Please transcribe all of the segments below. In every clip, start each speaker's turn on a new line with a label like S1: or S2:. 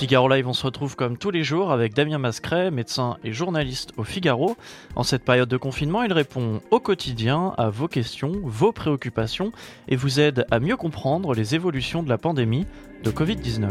S1: Figaro Live, on se retrouve comme tous les jours avec Damien Mascret, médecin et journaliste au Figaro. En cette période de confinement, il répond au quotidien à vos questions, vos préoccupations et vous aide à mieux comprendre les évolutions de la pandémie de Covid-19.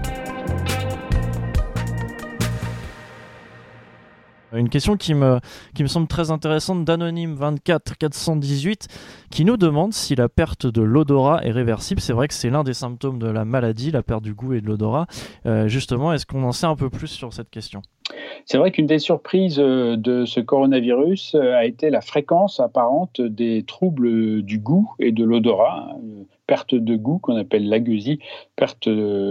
S1: Une question qui me semble très intéressante d'Anonyme 24 418 qui nous demande si la perte de l'odorat est réversible. C'est vrai que c'est l'un des symptômes de la maladie, la perte du goût et de l'odorat. Justement, est-ce qu'on en sait un peu plus sur cette question ?
S2: C'est vrai qu'une des surprises de ce coronavirus a été la fréquence apparente des troubles du goût et de l'odorat. Perte de goût qu'on appelle l'agueusie, perte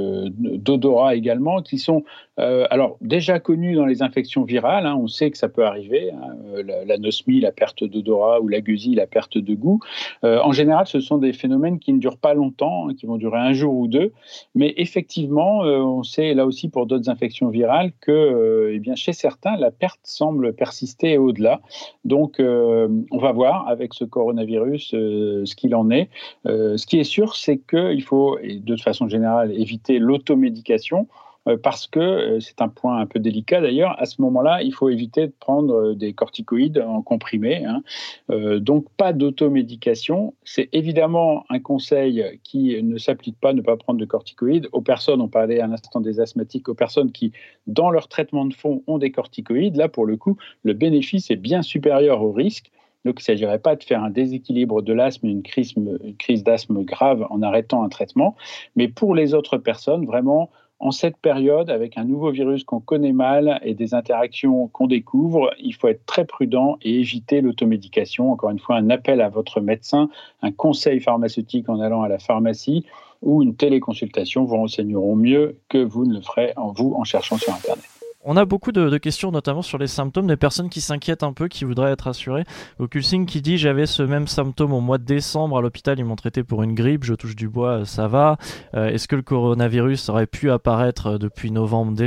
S2: d'odorat également, qui sont alors déjà connus dans les infections virales. On sait que ça peut arriver, l'anosmie, la perte d'odorat, ou l'agueusie, la perte de goût. En général, ce sont des phénomènes qui ne durent pas longtemps, qui vont durer un jour ou deux. Mais effectivement, on sait là aussi pour d'autres infections virales que chez certains, la perte semble persister au-delà. Donc, on va voir avec ce coronavirus ce qu'il en est. Ce qui est sûr, c'est qu'il faut, et de façon générale, éviter l'automédication parce que c'est un point un peu délicat d'ailleurs. À ce moment-là, il faut éviter de prendre des corticoïdes en comprimé. Donc, pas d'automédication. C'est évidemment un conseil qui ne s'applique pas, ne pas prendre de corticoïdes aux personnes, on parlait à l'instant des asthmatiques, aux personnes qui, dans leur traitement de fond, ont des corticoïdes. Là, pour le coup, le bénéfice est bien supérieur au risque. Donc, il ne s'agirait pas de faire un déséquilibre de l'asthme, une crise d'asthme grave en arrêtant un traitement. Mais pour les autres personnes, vraiment, en cette période, avec un nouveau virus qu'on connaît mal et des interactions qu'on découvre, il faut être très prudent et éviter l'automédication. Encore une fois, un appel à votre médecin, un conseil pharmaceutique en allant à la pharmacie ou une téléconsultation vous renseigneront mieux que vous ne le ferez en cherchant sur Internet.
S1: On a beaucoup de questions, notamment sur les symptômes, des personnes qui s'inquiètent un peu, qui voudraient être rassurées. Oculsing qui dit « J'avais ce même symptôme au mois de décembre à l'hôpital, ils m'ont traité pour une grippe, je touche du bois, ça va. Est-ce que le coronavirus aurait pu apparaître depuis novembre-décembre ?»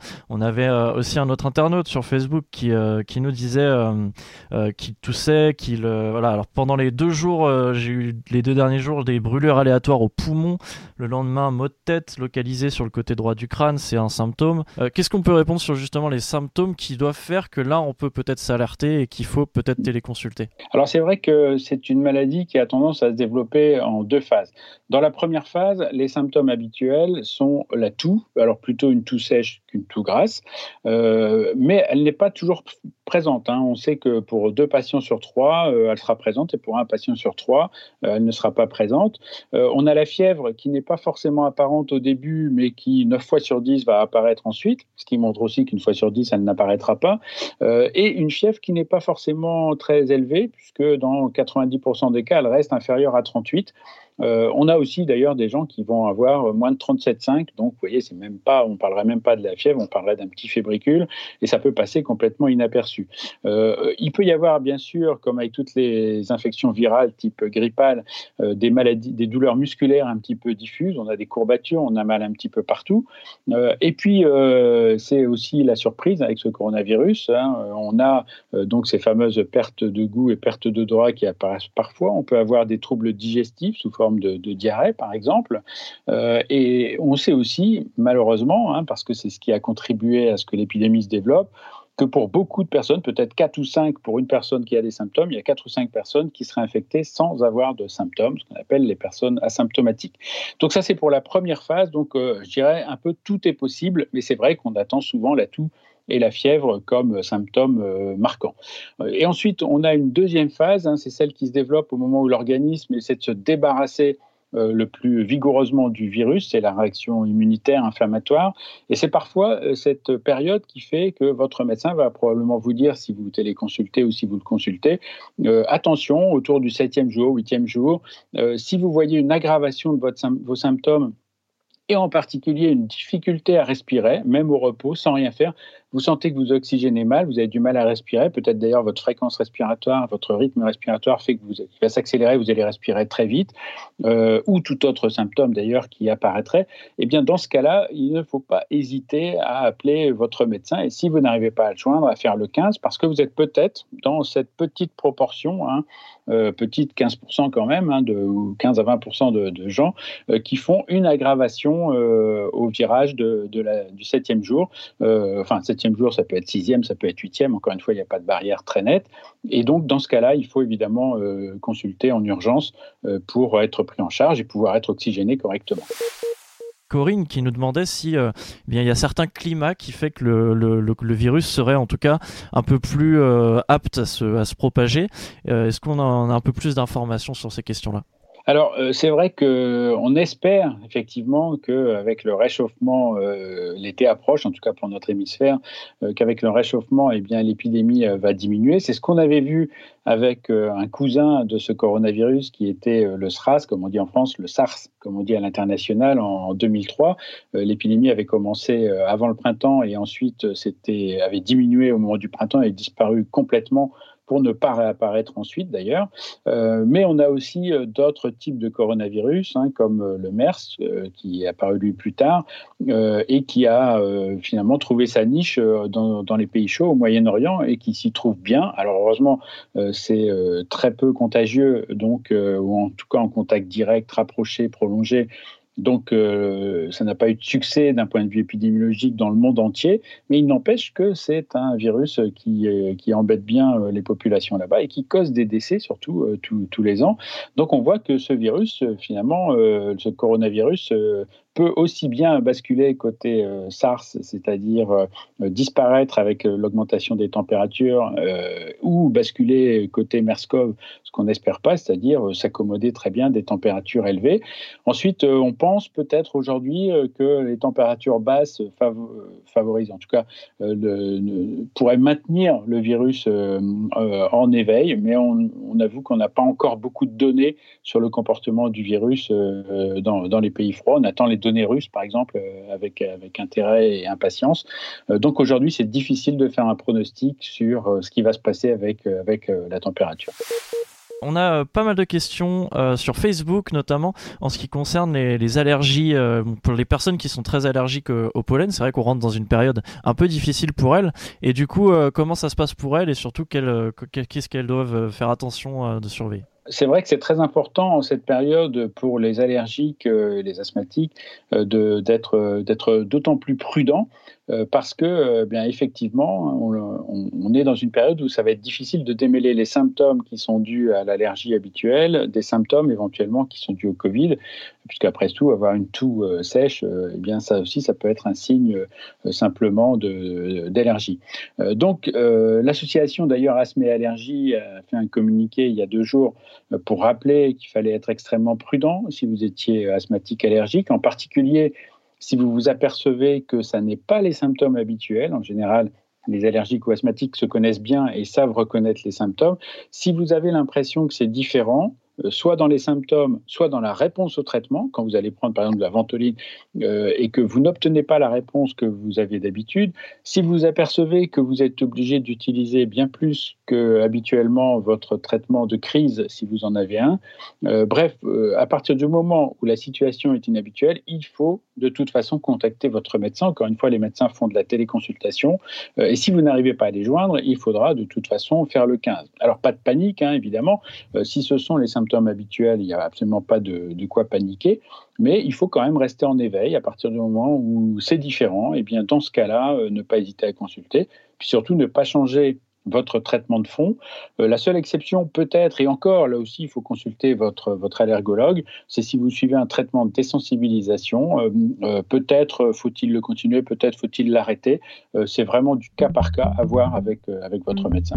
S1: On avait aussi un autre internaute sur Facebook qui nous disait qu'il toussait, voilà. Alors pendant les 2 jours, j'ai eu les 2 derniers jours des brûlures aléatoires au poumon. Le lendemain, maux de tête localisés sur le côté droit du crâne, c'est un symptôme. Qu'est-ce qu'on peut répondre sur justement les symptômes qui doivent faire que là on peut peut-être s'alerter et qu'il faut peut-être téléconsulter?
S2: Alors c'est vrai que c'est une maladie qui a tendance à se développer en 2 phases. Dans la première phase, les symptômes habituels sont la toux, alors plutôt une toux sèche qu'une toux grasse, mais elle n'est pas toujours présente. On sait que pour 2 patients sur 3, elle sera présente et pour 1 patient sur 3, elle ne sera pas présente. On a la fièvre qui n'est pas forcément apparente au début, mais qui 9 fois sur 10 va apparaître ensuite, ce qui montre aussi qu'une fois sur 10, elle n'apparaîtra pas. Et une fièvre qui n'est pas forcément très élevée, puisque dans 90% des cas, elle reste inférieure à 38. On a aussi d'ailleurs des gens qui vont avoir moins de 37,5, donc vous voyez, on ne parlerait même pas de la fièvre, on parlerait d'un petit fébricule, et ça peut passer complètement inaperçu. Il peut y avoir bien sûr, comme avec toutes les infections virales type grippale, des douleurs musculaires un petit peu diffuses, on a des courbatures, on a mal un petit peu partout, et puis c'est aussi la surprise avec ce coronavirus, on a donc ces fameuses pertes de goût et pertes d'odorat qui apparaissent parfois, on peut avoir des troubles digestifs sous forme de diarrhée, par exemple. Et on sait aussi, malheureusement, parce que c'est ce qui a contribué à ce que l'épidémie se développe, que pour beaucoup de personnes, peut-être 4 ou 5 pour une personne qui a des symptômes, il y a 4 ou 5 personnes qui seraient infectées sans avoir de symptômes, ce qu'on appelle les personnes asymptomatiques. Donc ça, c'est pour la première phase. Donc je dirais un peu tout est possible, mais c'est vrai qu'on attend souvent la toux et la fièvre comme symptômes marquants. Et ensuite, on a une deuxième phase, c'est celle qui se développe au moment où l'organisme essaie de se débarrasser le plus vigoureusement du virus, c'est la réaction immunitaire inflammatoire. Et c'est parfois cette période qui fait que votre médecin va probablement vous dire, si vous téléconsultez ou si vous le consultez, attention, autour du 7e jour, 8e jour, si vous voyez une aggravation de vos symptômes, et en particulier une difficulté à respirer, même au repos, sans rien faire, vous sentez que vous oxygénez mal, vous avez du mal à respirer, peut-être d'ailleurs votre fréquence respiratoire, votre rythme respiratoire fait que il va s'accélérer, vous allez respirer très vite, ou tout autre symptôme d'ailleurs qui apparaîtrait, eh bien dans ce cas-là, il ne faut pas hésiter à appeler votre médecin et si vous n'arrivez pas à le joindre, à faire le 15 parce que vous êtes peut-être dans cette petite proportion, petite 15% quand même, ou 15 à 20% de gens qui font une aggravation au virage du 7e jour. Enfin, 7e jour, ça peut être 6e, ça peut être 8e. Encore une fois, il n'y a pas de barrière très nette. Et donc, dans ce cas-là, il faut évidemment consulter en urgence pour être pris en charge et pouvoir être oxygéné correctement.
S1: Corinne qui nous demandait si bien, il y a certains climats qui fait que le virus serait en tout cas un peu plus apte à se propager. Est-ce qu'on a un peu plus d'informations sur ces questions-là ?
S2: Alors, c'est vrai qu'on espère effectivement qu'avec le réchauffement, l'été approche, en tout cas pour notre hémisphère, qu'avec le réchauffement, eh bien, l'épidémie va diminuer. C'est ce qu'on avait vu avec un cousin de ce coronavirus qui était le SRAS, comme on dit en France, le SARS, comme on dit à l'international, en 2003. L'épidémie avait commencé avant le printemps et ensuite avait diminué au moment du printemps et disparu complètement pour ne pas réapparaître ensuite d'ailleurs. Mais on a aussi d'autres types de coronavirus, comme le MERS, qui est apparu lui plus tard, et qui a finalement trouvé sa niche dans les pays chauds au Moyen-Orient et qui s'y trouve bien. Alors heureusement, c'est très peu contagieux, donc, ou en tout cas en contact direct, rapproché, prolongé. Donc, ça n'a pas eu de succès d'un point de vue épidémiologique dans le monde entier, mais il n'empêche que c'est un virus qui embête bien les populations là-bas et qui cause des décès, surtout tous les ans. Donc, on voit que ce virus, finalement, ce coronavirus, peut aussi bien basculer côté SARS, c'est-à-dire disparaître avec l'augmentation des températures, ou basculer côté MERS-CoV, ce qu'on n'espère pas, c'est-à-dire s'accommoder très bien des températures élevées. Ensuite, on pense peut-être aujourd'hui que les températures basses favorisent, en tout cas, pourraient maintenir le virus en éveil, mais on avoue qu'on n'a pas encore beaucoup de données sur le comportement du virus dans les pays froids. On attend les données russes, par exemple, avec intérêt et impatience. Donc aujourd'hui, c'est difficile de faire un pronostic sur ce qui va se passer avec la température.
S1: On a pas mal de questions sur Facebook, notamment en ce qui concerne les allergies. Pour les personnes qui sont très allergiques au pollen, c'est vrai qu'on rentre dans une période un peu difficile pour elles. Et du coup, comment ça se passe pour elles et surtout qu'est-ce qu'elles doivent faire attention de surveiller ?
S2: C'est vrai que c'est très important en cette période pour les allergiques et les asthmatiques d'être d'autant plus prudent parce que, bien effectivement, on est dans une période où ça va être difficile de démêler les symptômes qui sont dus à l'allergie habituelle des symptômes éventuellement qui sont dus au Covid, puisqu'après tout, avoir une toux sèche, eh bien ça aussi, ça peut être un signe simplement d'allergie. Donc, l'association d'ailleurs Asthme et Allergie a fait un communiqué il y a 2 jours pour rappeler qu'il fallait être extrêmement prudent si vous étiez asthmatique allergique, en particulier si vous vous apercevez que ça n'est pas les symptômes habituels. En général, les allergiques ou asthmatiques se connaissent bien et savent reconnaître les symptômes. Si vous avez l'impression que c'est différent, soit dans les symptômes, soit dans la réponse au traitement, quand vous allez prendre par exemple de la ventoline et que vous n'obtenez pas la réponse que vous avez d'habitude, si vous apercevez que vous êtes obligé d'utiliser bien plus qu'habituellement votre traitement de crise, si vous en avez un, à partir du moment où la situation est inhabituelle, il faut de toute façon contacter votre médecin. Encore une fois, les médecins font de la téléconsultation et si vous n'arrivez pas à les joindre, il faudra de toute façon faire le 15. Alors pas de panique, évidemment, si ce sont les symptômes habituels, il n'y a absolument pas de quoi paniquer, mais il faut quand même rester en éveil à partir du moment où c'est différent. Et bien dans ce cas-là, ne pas hésiter à consulter, puis surtout ne pas changer votre traitement de fond. La seule exception peut-être, et encore là aussi il faut consulter votre allergologue, c'est si vous suivez un traitement de désensibilisation, peut-être faut-il le continuer, peut-être faut-il l'arrêter. C'est vraiment du cas par cas à voir avec votre médecin.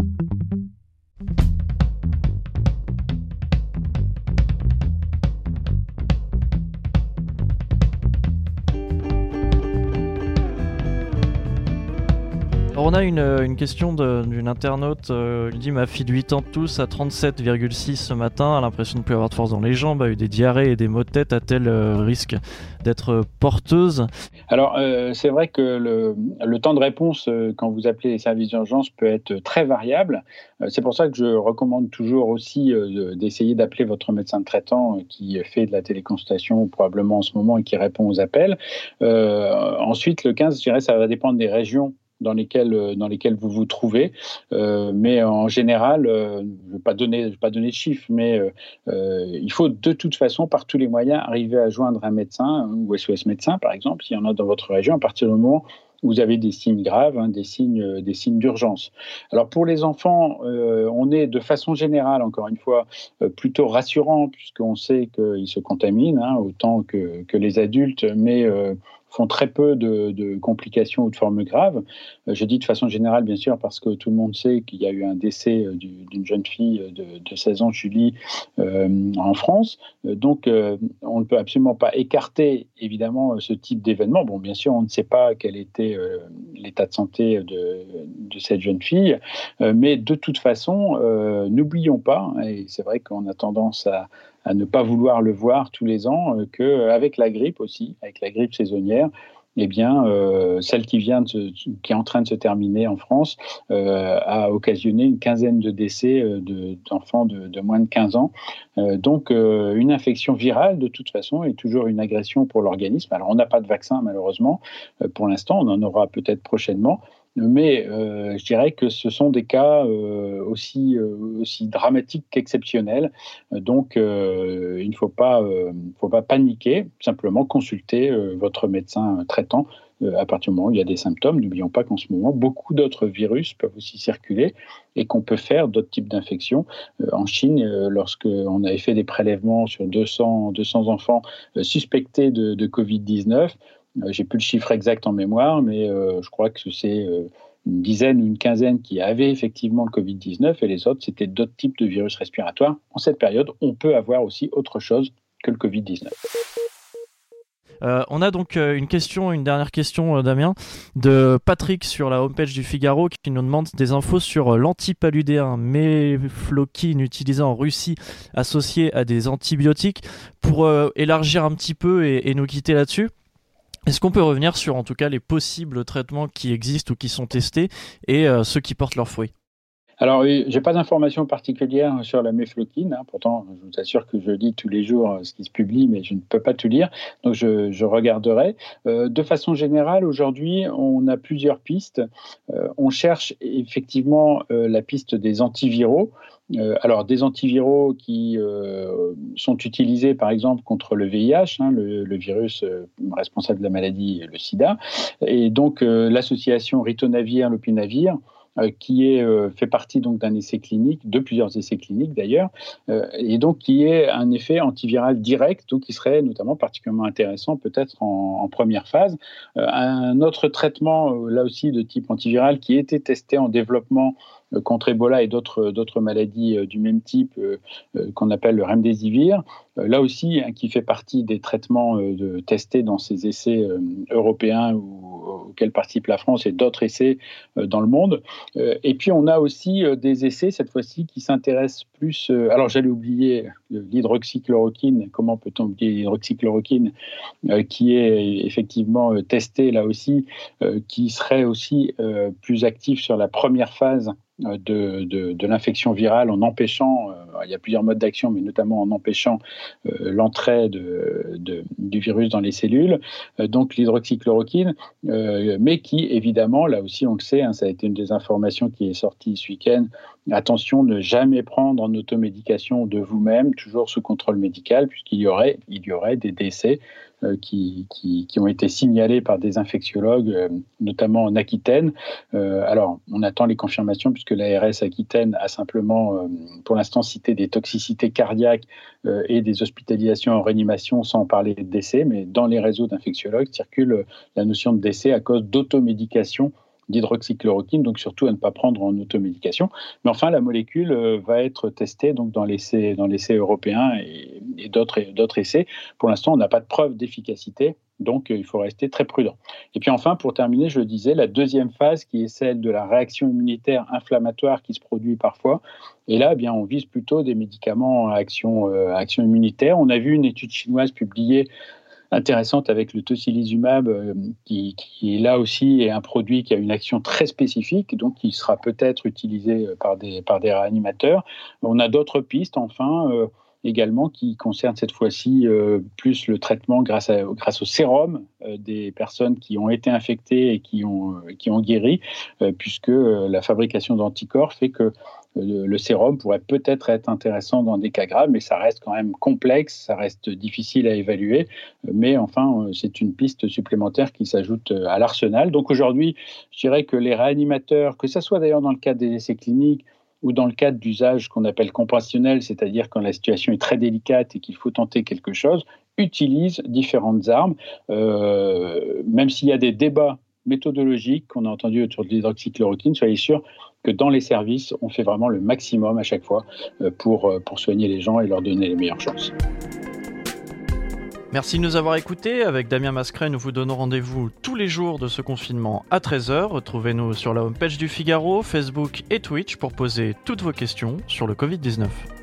S1: On on a une question d'une internaute. Il dit: ma fille de 8 ans tousse à 37,6 ce matin, a l'impression de ne plus avoir de force dans les jambes, a eu des diarrhées et des maux de tête, a-t-elle risque d'être porteuse?
S2: Alors, c'est vrai que le temps de réponse quand vous appelez les services d'urgence peut être très variable. C'est pour ça que je recommande toujours aussi d'essayer d'appeler votre médecin traitant qui fait de la téléconsultation probablement en ce moment et qui répond aux appels. Ensuite, le 15, je dirais, ça va dépendre des régions dans lesquelles vous vous trouvez. Mais en général, je ne vais pas donner de chiffres, mais il faut de toute façon, par tous les moyens, arriver à joindre un médecin ou SOS médecin, par exemple, s'il y en a dans votre région, à partir du moment où vous avez des signes graves, des signes d'urgence. Alors pour les enfants, on est de façon générale, encore une fois, plutôt rassurant, puisqu'on sait qu'ils se contaminent, autant que les adultes, mais font très peu de complications ou de formes graves. Je dis de façon générale, bien sûr, parce que tout le monde sait qu'il y a eu un décès d'une jeune fille de 16 ans, Julie, en France. Donc, on ne peut absolument pas écarter, évidemment, ce type d'événement. Bon, bien sûr, on ne sait pas quel était l'état de santé de cette jeune fille, mais de toute façon, n'oublions pas, et c'est vrai qu'on a tendance à ne pas vouloir le voir tous les ans, qu'avec la grippe aussi, avec la grippe saisonnière, eh bien, celle qui est en train de se terminer en France a occasionné une quinzaine de décès d'enfants de moins de 15 ans. Donc, une infection virale, de toute façon, est toujours une agression pour l'organisme. Alors, on n'a pas de vaccin, malheureusement, pour l'instant. On en aura peut-être prochainement. Mais je dirais que ce sont des cas aussi dramatiques qu'exceptionnels. Donc, il ne faut pas paniquer, simplement consulter votre médecin traitant à partir du moment où il y a des symptômes. N'oublions pas qu'en ce moment, beaucoup d'autres virus peuvent aussi circuler et qu'on peut faire d'autres types d'infections. En Chine, lorsqu'on avait fait des prélèvements sur 200 enfants suspectés de Covid-19, j'ai plus le chiffre exact en mémoire, mais je crois que c'est une dizaine ou une quinzaine qui avaient effectivement le Covid-19 et les autres, c'était d'autres types de virus respiratoires. En cette période, on peut avoir aussi autre chose que le Covid-19.
S1: On a donc une dernière question, Damien, de Patrick sur la homepage du Figaro qui nous demande des infos sur l'antipaludéen mefloquine utilisé en Russie associé à des antibiotiques. Pour élargir un petit peu et nous quitter là-dessus, est-ce qu'on peut revenir sur en tout cas les possibles traitements qui existent ou qui sont testés et ceux qui portent leurs fruits?
S2: Alors, je n'ai pas d'informations particulières sur la mefloquine. Pourtant, je vous assure que je lis tous les jours ce qui se publie, mais je ne peux pas tout lire. Donc, je regarderai. De façon générale, aujourd'hui, on a plusieurs pistes. On cherche effectivement la piste des antiviraux. Alors, des antiviraux qui sont utilisés, par exemple, contre le VIH, le virus responsable de la maladie, le sida. Et donc, l'association ritonavir-lopinavir, qui fait partie donc d'un essai clinique, de plusieurs essais cliniques d'ailleurs, et donc qui est un effet antiviral direct, ou qui serait notamment particulièrement intéressant peut-être en première phase. Un autre traitement, là aussi de type antiviral, qui a été testé en développement contre Ebola et d'autres maladies du même type qu'on appelle le remdesivir, là aussi qui fait partie des traitements testés dans ces essais européens auxquels participe la France et d'autres essais dans le monde. Et puis on a aussi des essais cette fois-ci qui s'intéressent plus, alors j'allais oublier l'hydroxychloroquine, comment peut-on oublier l'hydroxychloroquine, qui est effectivement testé là aussi, qui serait aussi plus actif sur la première phase de l'infection virale en empêchant, il y a plusieurs modes d'action, mais notamment en empêchant l'entrée du virus dans les cellules, donc l'hydroxychloroquine, mais qui évidemment, là aussi on le sait, ça a été une des informations qui est sortie ce week-end, attention, ne jamais prendre en automédication de vous-même, toujours sous contrôle médical, puisqu'il y aurait des décès qui ont été signalés par des infectiologues, notamment en Aquitaine. Alors, on attend les confirmations puisque l'ARS Aquitaine a simplement, pour l'instant, cité des toxicités cardiaques et des hospitalisations en réanimation sans parler de décès, mais dans les réseaux d'infectiologues circule la notion de décès à cause d'automédication d'hydroxychloroquine, donc surtout à ne pas prendre en automédication. Mais enfin, la molécule va être testée donc dans l'essai européen et d'autres essais. Pour l'instant, on n'a pas de preuve d'efficacité, Donc, il faut rester très prudent. Et puis enfin, pour terminer, je le disais, la deuxième phase qui est celle de la réaction immunitaire inflammatoire qui se produit parfois. Et là, eh bien, on vise plutôt des médicaments à action immunitaire. On a vu une étude chinoise publiée intéressante avec le tocilizumab qui là aussi est un produit qui a une action très spécifique, donc qui sera peut-être utilisé par des réanimateurs. On a d'autres pistes, enfin, également qui concernent cette fois-ci plus le traitement grâce au sérum des personnes qui ont été infectées et qui ont guéri, puisque la fabrication d'anticorps fait que le sérum pourrait peut-être être intéressant dans des cas graves, mais ça reste quand même complexe, ça reste difficile à évaluer. Mais enfin, c'est une piste supplémentaire qui s'ajoute à l'arsenal. Donc aujourd'hui, je dirais que les réanimateurs, que ce soit d'ailleurs dans le cadre des essais cliniques ou dans le cadre d'usage qu'on appelle compassionnel, c'est-à-dire quand la situation est très délicate et qu'il faut tenter quelque chose, utilisent différentes armes, même s'il y a des débats méthodologiques qu'on a entendus autour de l'hydroxychloroquine, soyez sûr que dans les services, on fait vraiment le maximum à chaque fois pour soigner les gens et leur donner les meilleures chances.
S1: Merci de nous avoir écoutés. Avec Damien Mascret, nous vous donnons rendez-vous tous les jours de ce confinement à 13h. Retrouvez-nous sur la homepage du Figaro, Facebook et Twitch pour poser toutes vos questions sur le Covid-19.